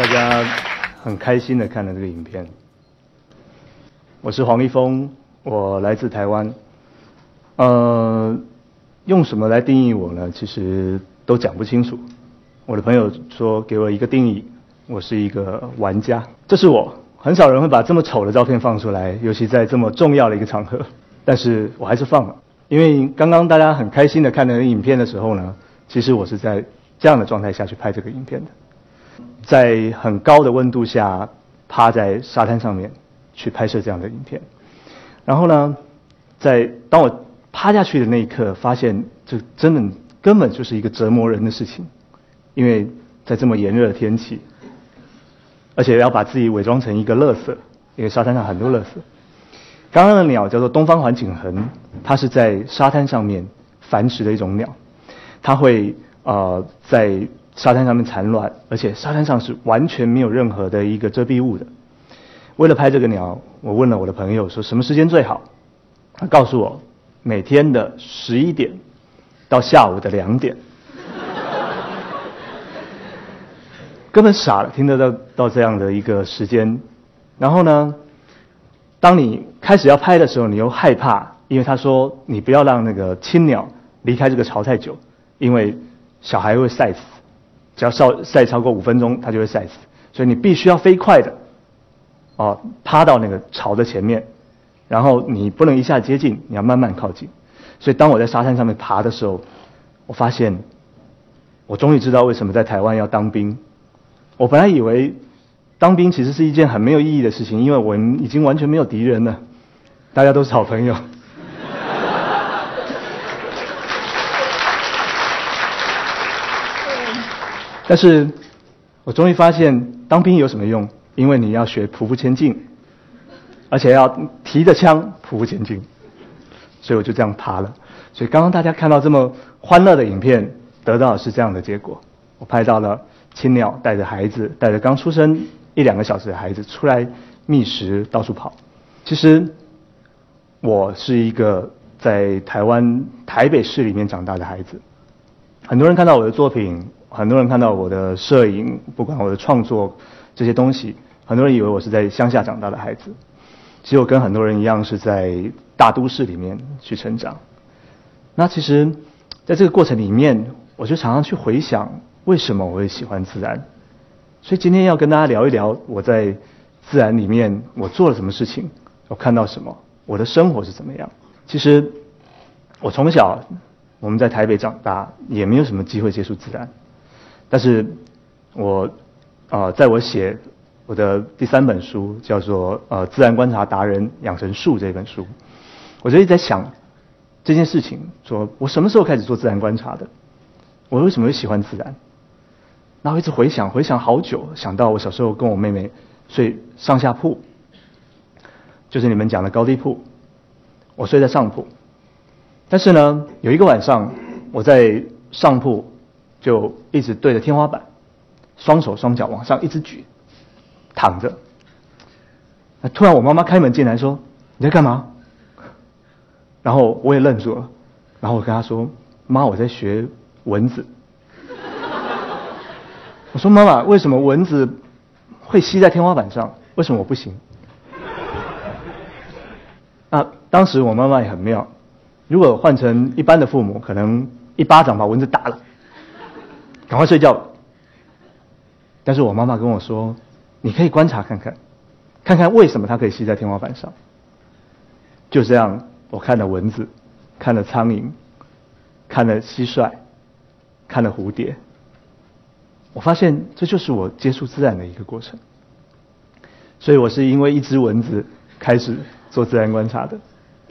大家很开心的看了这个影片。我是黄一峰，我来自台湾。用什么来定义我呢？其实都讲不清楚。我的朋友说给我一个定义，我是一个玩家。这是我，很少人会把这么丑的照片放出来，尤其在这么重要的一个场合。但是我还是放了，因为刚刚大家很开心的看那个影片的时候呢，其实我是在这样的状态下去拍这个影片的，在很高的温度下趴在沙滩上面去拍摄这样的影片。然后呢，当我趴下去的那一刻，发现这根本就是一个折磨人的事情，因为在这么炎热的天气，而且要把自己伪装成一个垃圾，因为沙滩上很多垃圾。刚刚的鸟叫做东方环颈鸻，它是在沙滩上面繁殖的一种鸟，它会在沙滩上面产卵，而且沙滩上是完全没有任何的一个遮蔽物的。为了拍这个鸟，我问了我的朋友说什么时间最好，他告诉我每天的11点到下午的2点。根本傻了，听得到这样的一个时间。然后呢，当你开始要拍的时候，你又害怕，因为他说你不要让那个青鸟离开这个巢太久，因为小孩会晒死，只要晒超过5分钟，它就会晒死。所以你必须要飞快的趴到那个巢的前面，然后你不能一下接近，你要慢慢靠近。所以当我在沙滩上面爬的时候，我发现我终于知道为什么在台湾要当兵。我本来以为当兵其实是一件很没有意义的事情，因为我们已经完全没有敌人了，大家都是好朋友。但是我终于发现当兵有什么用，因为你要学匍匐前进，而且要提着枪匍匐前进，所以我就这样爬了。所以刚刚大家看到这么欢乐的影片，得到的是这样的结果。我拍到了青鸟带着孩子，带着刚出生1-2个小时的孩子出来觅食，到处跑。其实我是一个在台湾台北市里面长大的孩子，很多人看到我的作品，很多人看到我的摄影，不管我的创作这些东西，很多人以为我是在乡下长大的孩子。其实我跟很多人一样是在大都市里面去成长。那其实在这个过程里面，我就常常去回想为什么我会喜欢自然。所以今天要跟大家聊一聊我在自然里面我做了什么事情，我看到什么，我的生活是怎么样。其实我从小我们在台北长大，也没有什么机会接触自然。但是我在我写我的第3本书叫做自然观察达人养成术这本书，我就一直在想这件事情，说我什么时候开始做自然观察的，我为什么会喜欢自然。然后一直回想好久，想到我小时候跟我妹妹睡上下铺，就是你们讲的高低铺，我睡在上铺。但是呢，有一个晚上我在上铺就一直对着天花板，双手双脚往上一直举，躺着。突然我妈妈开门进来说：“你在干嘛？”然后我也愣住了，然后我跟她说：“妈，我在学蚊子。”我说：“妈妈，为什么蚊子会吸在天花板上？为什么我不行？”当时我妈妈也很妙，如果换成一般的父母，可能一巴掌把蚊子打了，赶快睡觉。但是我妈妈跟我说：“你可以观察看看为什么它可以吸在天花板上。”就这样，我看了蚊子，看了苍蝇，看了蟋蟀，看了蝴蝶。我发现这就是我接触自然的一个过程。所以我是因为一只蚊子开始做自然观察的。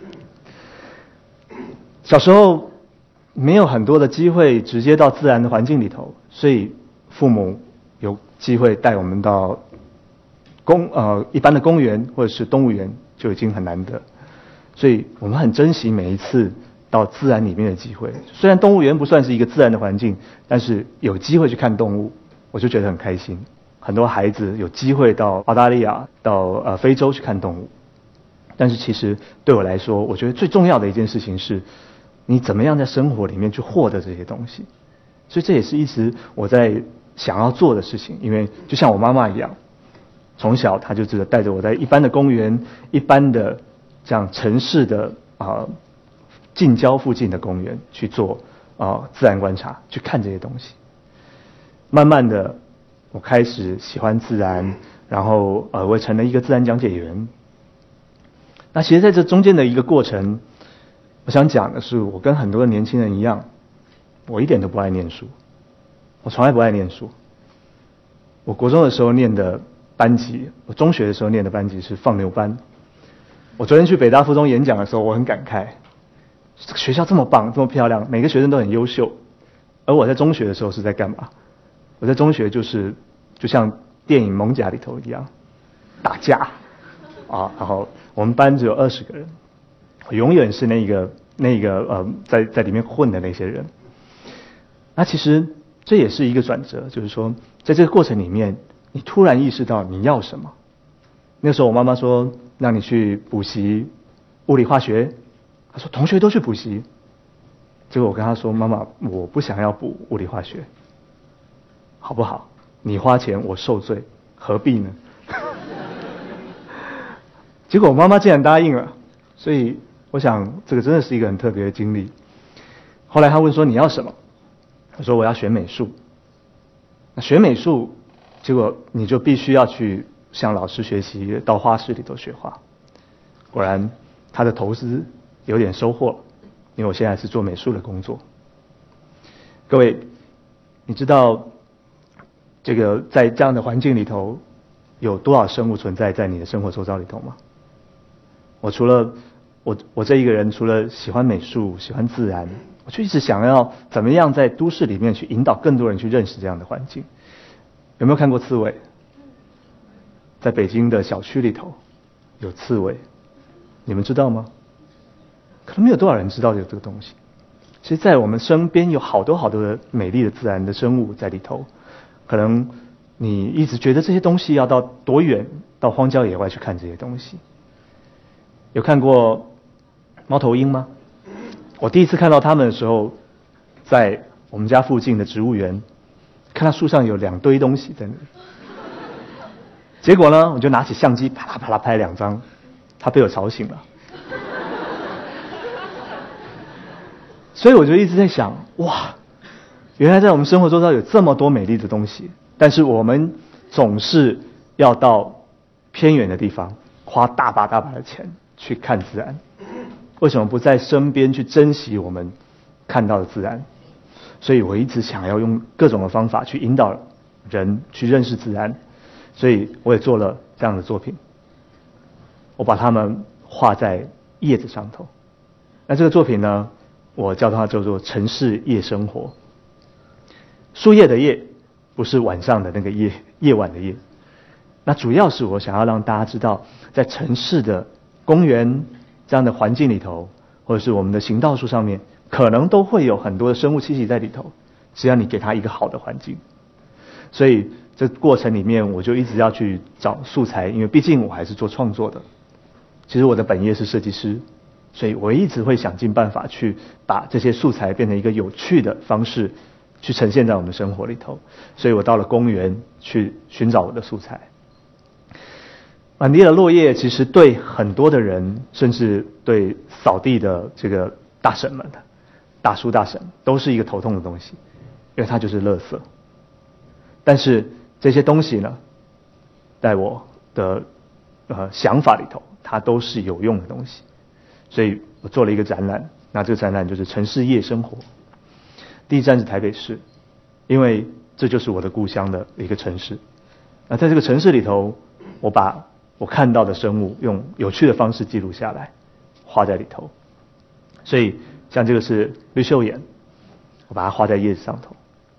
小时候没有很多的机会直接到自然的环境里头，所以父母有机会带我们到一般的公园或者是动物园就已经很难得，所以我们很珍惜每一次到自然里面的机会。虽然动物园不算是一个自然的环境，但是有机会去看动物，我就觉得很开心。很多孩子有机会到澳大利亚、到非洲去看动物，但是其实对我来说，我觉得最重要的一件事情是，你怎么样在生活里面去获得这些东西。所以这也是一直我在想要做的事情，因为就像我妈妈一样，从小她就带着我在一般的公园、一般的这样城市的近郊附近的公园去做自然观察，去看这些东西。慢慢的，我开始喜欢自然，然后我也成了一个自然讲解员。那其实在这中间的一个过程，我想讲的是，我跟很多的年轻人一样，我一点都不爱念书，我从来不爱念书。我国中的时候念的班级，我中学的时候念的班级是放牛班。我昨天去北大附中演讲的时候，我很感慨，这个学校这么棒，这么漂亮，每个学生都很优秀。而我在中学的时候是在干嘛？我在中学就像电影《艋舺》里头一样，打架然后我们班只有20个人，我永远是那个在里面混的那些人。那其实这也是一个转折，就是说在这个过程里面，你突然意识到你要什么。那时候我妈妈说让你去补习物理化学，她说同学都去补习，结果我跟她说妈妈，我不想要补物理化学，好不好？你花钱我受罪，何必呢？结果我妈妈竟然答应了，所以我想这个真的是一个很特别的经历。后来她问说你要什么？我说我要学美术。那学美术，结果你就必须要去向老师学习，到画室里头学画。果然他的投资有点收获，因为我现在是做美术的工作。各位，你知道这个在这样的环境里头，有多少生物存在在你的生活周遭里头吗？我这一个人除了喜欢美术、喜欢自然，我就一直想要怎么样在都市里面去引导更多人去认识这样的环境。有没有看过刺猬？在北京的小区里头有刺猬，你们知道吗？可能没有多少人知道有这个东西。其实在我们身边有好多好多的美丽的自然的生物在里头，可能你一直觉得这些东西要到多远，到荒郊野外去看这些东西。有看过猫头鹰吗？我第一次看到它们的时候，在我们家附近的植物园，看到树上有2堆东西在那里。结果呢，我就拿起相机啪啦啪啦拍2张，它被我吵醒了。所以我就一直在想，哇，原来在我们生活周遭有这么多美丽的东西，但是我们总是要到偏远的地方，花大把大把的钱去看自然。为什么不在身边去珍惜我们看到的自然？所以我一直想要用各种的方法去引导人去认识自然，所以我也做了这样的作品。我把它们画在叶子上头。那这个作品呢，我叫它叫做城市夜生活。树叶的叶，不是晚上的那个夜，夜晚的夜。那主要是我想要让大家知道，在城市的公园这样的环境里头，或者是我们的行道树上面，可能都会有很多的生物栖息在里头，只要你给它一个好的环境。所以这过程里面，我就一直要去找素材，因为毕竟我还是做创作的。其实我的本业是设计师，所以我一直会想尽办法去把这些素材变成一个有趣的方式，去呈现在我们的生活里头。所以我到了公园去寻找我的素材。满地的落叶，其实对很多的人，甚至对扫地的这个大婶们、大叔大婶，都是一个头痛的东西，因为它就是垃圾。但是这些东西呢，在我的想法里头，它都是有用的东西。所以我做了一个展览，那这个展览就是城市夜生活。第一站是台北市，因为这就是我的故乡的一个城市。那在这个城市里头，我把我看到的生物用有趣的方式记录下来，画在里头。所以像这个是绿袖眼，我把它画在叶子上头。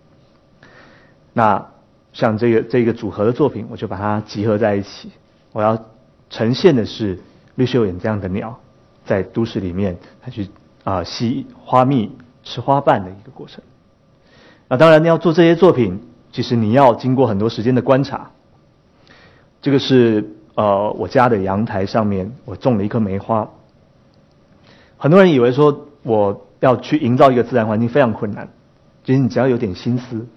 那像这个组合的作品，我就把它集合在一起。我要呈现的是绿袖眼这样的鸟，在都市里面它去吸花蜜、吃花瓣的一个过程。那当然，要做这些作品，其实你要经过很多时间的观察。这个是我家的阳台上面，我种了一棵梅花。很多人以为说我要去营造一个自然环境非常困难，其实你只要有点心思，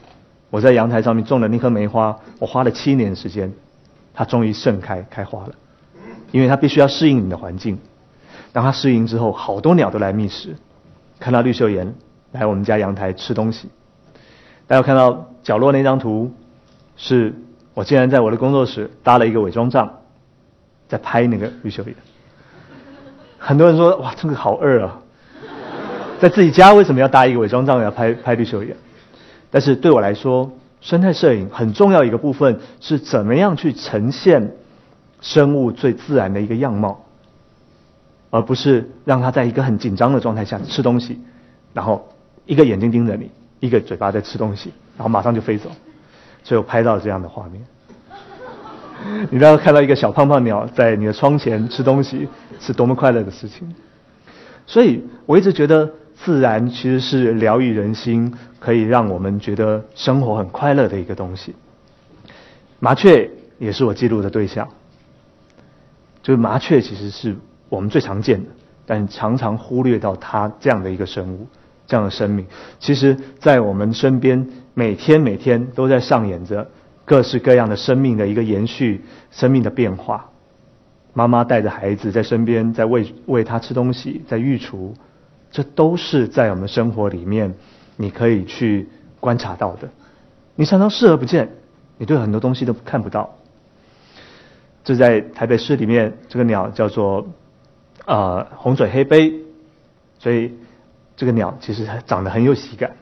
我在阳台上面种的那棵梅花，我花了7年时间，它终于盛开开花了。因为它必须要适应你的环境，当它适应之后，好多鸟都来觅食。看到绿袖岩来我们家阳台吃东西。大家看到角落那张图，是我竟然在我的工作室搭了一个伪装帐，在拍那个绿袖岩。很多人说，哇，这个好二啊，在自己家为什么要搭一个伪装帐要拍绿袖岩？但是对我来说，生态摄影很重要一个部分是怎么样去呈现生物最自然的一个样貌，而不是让它在一个很紧张的状态下吃东西，然后一个眼睛盯着你，一个嘴巴在吃东西，然后马上就飞走。所以我拍到这样的画面。你让看到一个小胖胖鸟在你的窗前吃东西，是多么快乐的事情。所以我一直觉得自然其实是疗愈人心，可以让我们觉得生活很快乐的一个东西。麻雀也是我记录的对象。就是麻雀其实是我们最常见的，但常常忽略到它这样的一个生物，这样的生命，其实在我们身边每天都在上演着各式各样的生命的一个延续，生命的变化。妈妈带着孩子在身边，在喂他吃东西，在育雏，这都是在我们生活里面你可以去观察到的。你常常视而不见，你对很多东西都看不到。这在台北市里面，这个鸟叫做红嘴黑鹎，所以这个鸟其实长得很有喜感。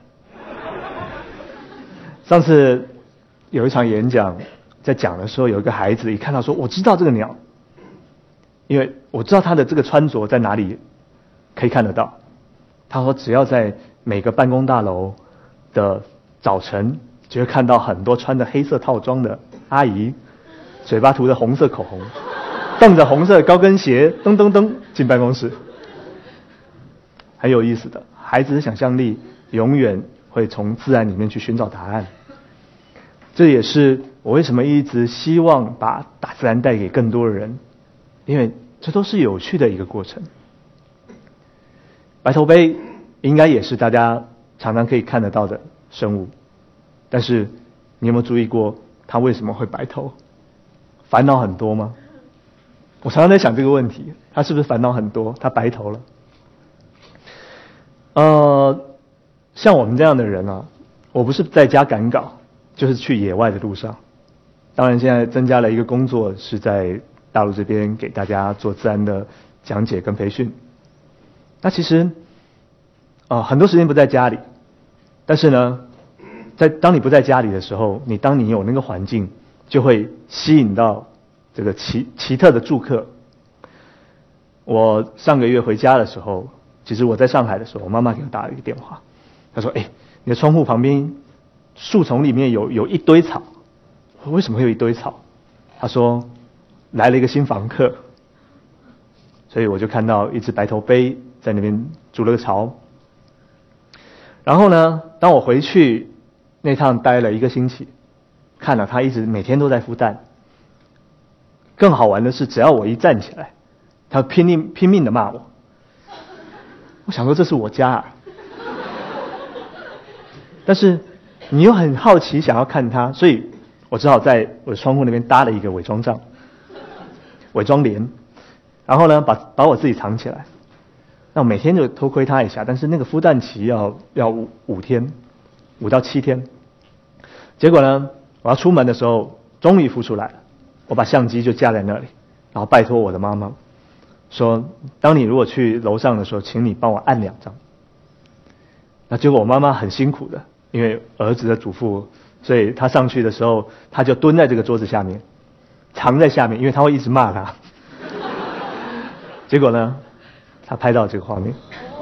上次有一场演讲，在讲的时候，有一个孩子一看到说：“我知道这个鸟，因为我知道它的这个穿着在哪里可以看得到。”他说：“只要在每个办公大楼的早晨，就会看到很多穿着黑色套装的阿姨。”嘴巴涂着红色口红，蹬着红色高跟鞋，噔噔噔进办公室，很有意思的。孩子的想象力永远会从自然里面去寻找答案。这也是我为什么一直希望把大自然带给更多的人，因为这都是有趣的一个过程。白头鹎应该也是大家常常可以看得到的生物，但是你有没有注意过它为什么会白头？烦恼很多吗？我常常在想这个问题，他是不是烦恼很多？他白头了。像我们这样的人啊，我不是在家赶稿，就是去野外的路上。当然，现在增加了一个工作，是在大陆这边给大家做自然的讲解跟培训。那其实很多时间不在家里，但是呢，当你不在家里的时候，当你有那个环境，就会吸引到这个奇特的住客。我上个月回家的时候，其实我在上海的时候，我妈妈给我打了一个电话，她说：“你的窗户旁边树丛里面有一堆草。”我说：“为什么会有一堆草？”她说：“来了一个新房客。”所以我就看到一只白头鹎在那边筑了个巢。然后呢，当我回去那趟待了1个星期，看了它一直每天都在孵蛋。更好玩的是，只要我一站起来，它拼命的骂我。我想说这是我家啊，但是你又很好奇想要看它，所以我只好在我的窗户那边搭了一个伪装帐、伪装帘，然后呢把我自己藏起来。那我每天就偷窥它一下，但是那个孵蛋期要5天，5到7天。结果呢，我要出门的时候，终于孵出来了。我把相机就架在那里，然后拜托我的妈妈说：“当你如果去楼上的时候，请你帮我按2张。”那结果我妈妈很辛苦的，因为儿子的嘱咐，所以她上去的时候，她就蹲在这个桌子下面，藏在下面，因为她会一直骂她。结果呢，她拍到这个画面。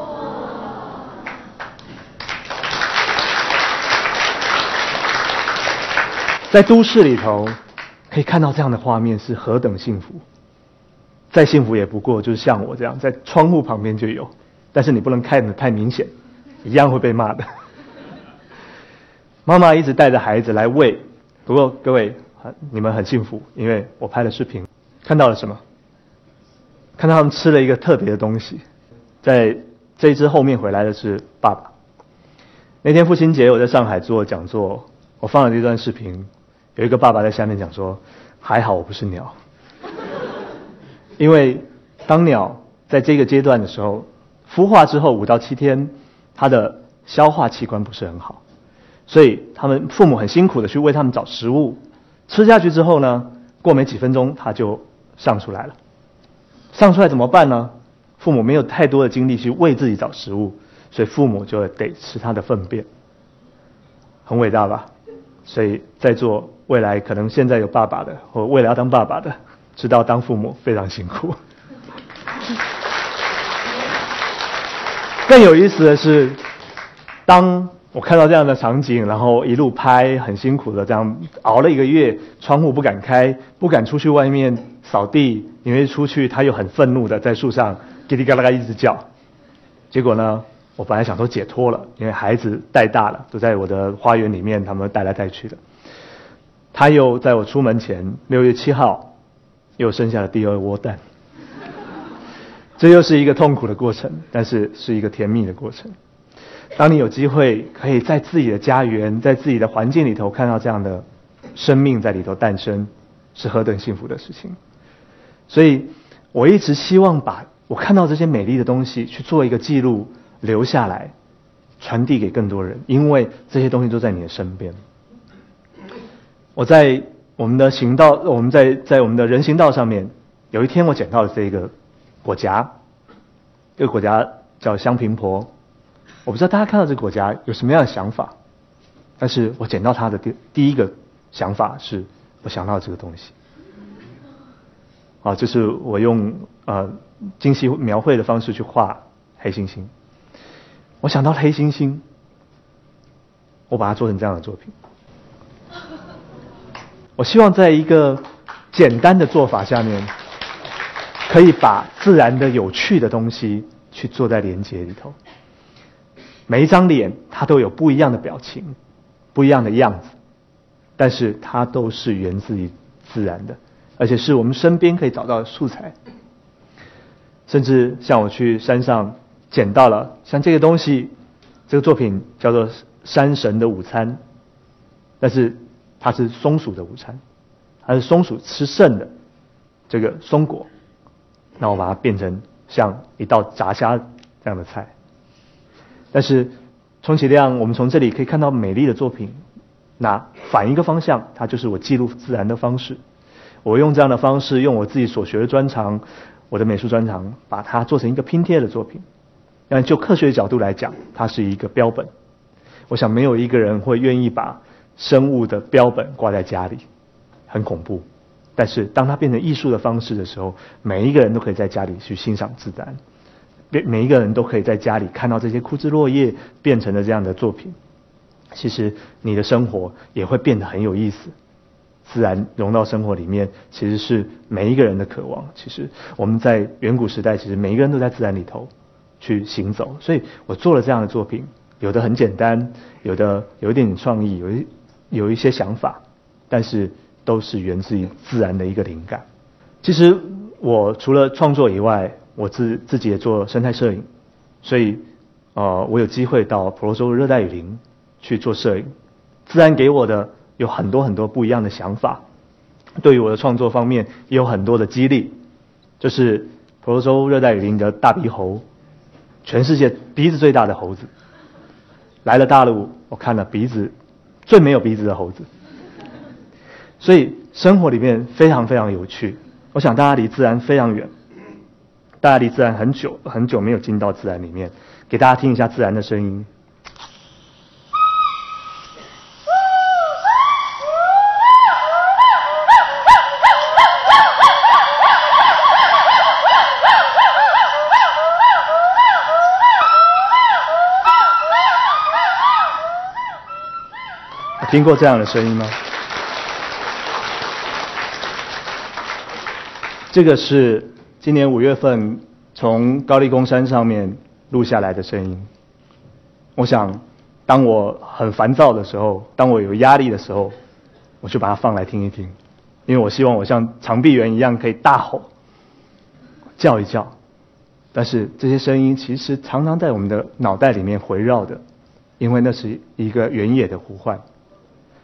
在都市里头，可以看到这样的画面是何等幸福。再幸福也不过就是像我这样，在窗户旁边就有，但是你不能看得太明显，一样会被骂的。妈妈一直带着孩子来喂，不过各位，你们很幸福，因为我拍了视频，看到了什么？看到他们吃了一个特别的东西。在这一只后面回来的是爸爸。那天父亲节，我在上海做讲座， 我放了这段视频，有一个爸爸在下面讲说：“还好我不是鸟。”因为当鸟在这个阶段的时候，孵化之后5到7天，它的消化器官不是很好，所以他们父母很辛苦的去为他们找食物，吃下去之后呢，过没几分钟它就上出来了。上出来怎么办呢？父母没有太多的精力去为自己找食物，所以父母就得吃他的粪便。很伟大吧？所以在座未来可能现在有爸爸的，或未来要当爸爸的，知道当父母非常辛苦。更有意思的是，当我看到这样的场景，然后一路拍，很辛苦的这样熬了1个月，窗户不敢开，不敢出去外面扫地，因为出去他又很愤怒的在树上叽里嘎啦一直叫。结果呢，我本来想说解脱了，因为孩子带大了，都在我的花园里面，他们带来带去的。他又在我出门前6月7号又生下了第2窝蛋。这又是一个痛苦的过程，但是是一个甜蜜的过程。当你有机会可以在自己的家园，在自己的环境里头看到这样的生命在里头诞生，是何等幸福的事情。所以我一直希望把我看到这些美丽的东西去做一个记录，留下来，传递给更多人，因为这些东西都在你的身边。我在我们的行道，我们在我们的人行道上面，有一天我捡到了这个果荚，这个果荚叫香苹婆。我不知道大家看到这个果荚有什么样的想法，但是我捡到它的第一个想法是，我想到这个东西。就是我用精细描绘的方式去画黑猩猩。我想到黑猩猩，我把它做成这样的作品。我希望在一个简单的做法下面，可以把自然的有趣的东西去做在连结里头。每一张脸它都有不一样的表情，不一样的样子，但是它都是源自于自然的，而且是我们身边可以找到的素材。甚至像我去山上捡到了像这个东西，这个作品叫做山神的午餐，但是它是松鼠的午餐，它是松鼠吃剩的这个松果，那我把它变成像一道炸虾这样的菜。但是充其量我们从这里可以看到美丽的作品，那反一个方向，它就是我记录自然的方式。我用这样的方式，用我自己所学的专长，我的美术专长，把它做成一个拼贴的作品。但就科学角度来讲，它是一个标本。我想没有一个人会愿意把生物的标本挂在家里，很恐怖。但是当它变成艺术的方式的时候，每一个人都可以在家里去欣赏自然，每一个人都可以在家里看到这些枯枝落叶变成了这样的作品。其实你的生活也会变得很有意思。自然融到生活里面，其实是每一个人的渴望。其实我们在远古时代，其实每一个人都在自然里头去行走。所以我做了这样的作品，有的很简单，有的有一点点创意，有一些想法，但是都是源自于自然的一个灵感。其实我除了创作以外，我自己也做生态摄影，所以我有机会到婆罗洲热带雨林去做摄影。自然给我的有很多很多不一样的想法，对于我的创作方面也有很多的激励。就是婆罗洲热带雨林的大鼻猴，全世界鼻子最大的猴子，来了大陆，我看了鼻子最没有鼻子的猴子。所以生活里面非常非常有趣。我想大家离自然非常远，大家离自然很久很久没有进到自然里面，给大家听一下自然的声音。听过这样的声音吗？这个是今年5月份从高丽宫山上面录下来的声音。我想当我很烦躁的时候，当我有压力的时候，我就把它放来听一听，因为我希望我像长臂猿一样可以大吼叫一叫。但是这些声音其实常常在我们的脑袋里面回绕的，因为那是一个原野的呼唤。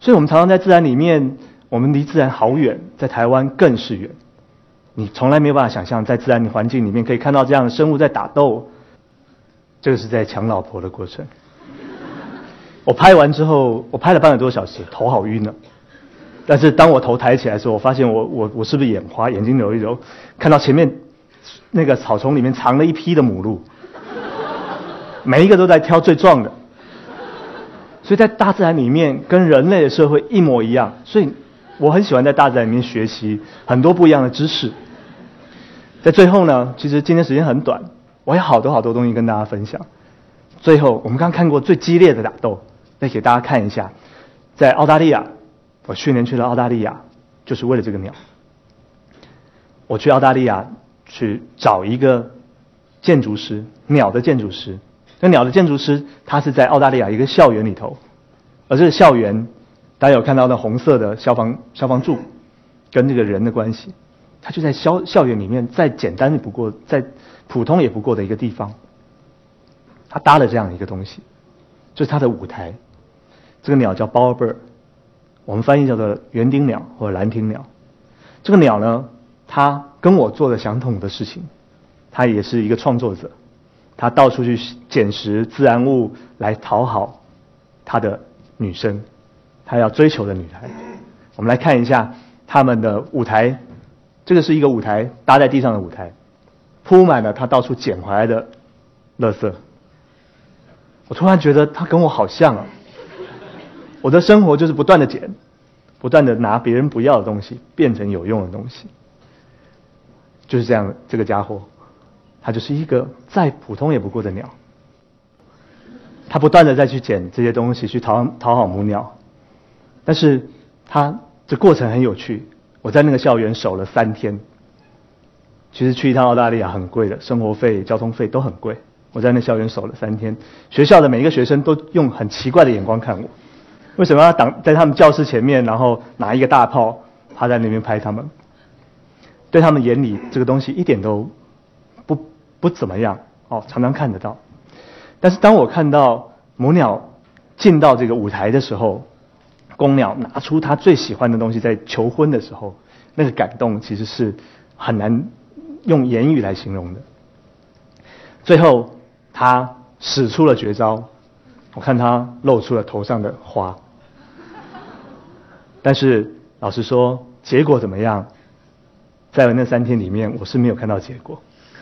所以我们常常在自然里面，我们离自然好远，在台湾更是远。你从来没有办法想象，在自然环境里面可以看到这样的生物在打斗，这个是在抢老婆的过程。我拍完之后，我拍了半个多小时，头好晕了。但是当我头抬起来的时候，我发现我是不是眼花，眼睛揉一揉，看到前面那个草丛里面藏了一批的母鹿，每一个都在挑最壮的。所以在大自然里面跟人类的社会一模一样，所以我很喜欢在大自然里面学习很多不一样的知识。在最后呢，其实今天时间很短，我有好多东西跟大家分享。最后我们刚看过最激烈的打斗，再给大家看一下，在澳大利亚，我去年去了澳大利亚，就是为了这个鸟。我去澳大利亚去找一个建筑师，鸟的建筑师。这鸟的建筑师，他是在澳大利亚一个校园里头，而这个校园，大家有看到那红色的消防柱，跟这个人的关系，他就在校园里面，再简单不过，再普通也不过的一个地方，他搭了这样一个东西，就是他的舞台。这个鸟叫 bowerbird， 我们翻译叫做园丁鸟或者兰亭鸟。这个鸟呢，它跟我做了相同的事情，它也是一个创作者。他到处去捡拾自然物来讨好他的女生，他要追求的女孩。我们来看一下他们的舞台，这个是一个舞台，搭在地上的舞台，铺满了他到处捡回来的垃圾。我突然觉得他跟我好像啊，我的生活就是不断的捡，不断的拿别人不要的东西变成有用的东西，就是这样。这个家伙它就是一个再普通也不过的鸟，它不断的再去捡这些东西去讨好母鸟，但是它这过程很有趣。我在那个校园守了3天，其实去一趟澳大利亚很贵的，生活费、交通费都很贵。我在那校园守了3天，学校的每一个学生都用很奇怪的眼光看我，为什么要在他们教室前面，然后拿一个大炮趴在那边拍他们？对他们眼里这个东西一点都不怎么样哦，常常看得到。但是当我看到母鸟进到这个舞台的时候，公鸟拿出它最喜欢的东西在求婚的时候，那个感动其实是很难用言语来形容的。最后它使出了绝招，我看它露出了头上的花。但是老实说，结果怎么样，在那3天里面我是没有看到结果。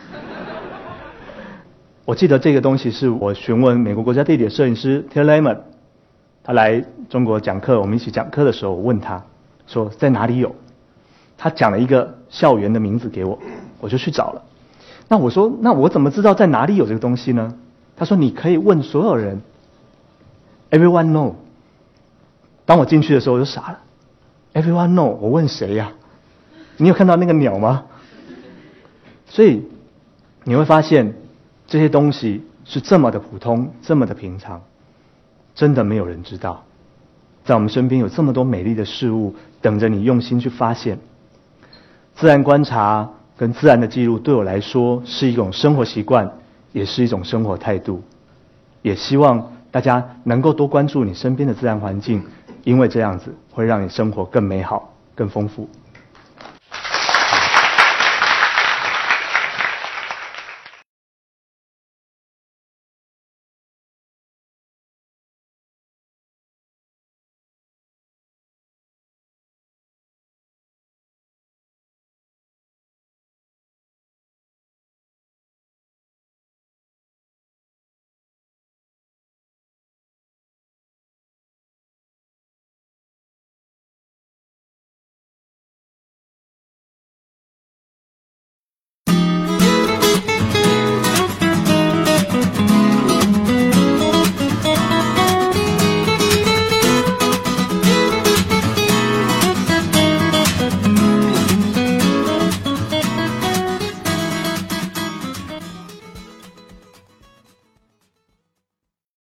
我记得这个东西是我询问美国国家地理的摄影师 Till Lehman， 他来中国讲课，我们一起讲课的时候，我问他说在哪里有，他讲了一个校园的名字给我，我就去找了。那我说，那我怎么知道在哪里有这个东西呢？他说你可以问所有人 ，everyone know。当我进去的时候我就傻了 ，everyone know， 我问谁呀？你有看到那个鸟吗？所以你会发现这些东西是这么的普通，这么的平常，真的没有人知道。在我们身边有这么多美丽的事物等着你用心去发现。自然观察跟自然的记录对我来说是一种生活习惯，也是一种生活态度。也希望大家能够多关注你身边的自然环境，因为这样子会让你生活更美好、更丰富。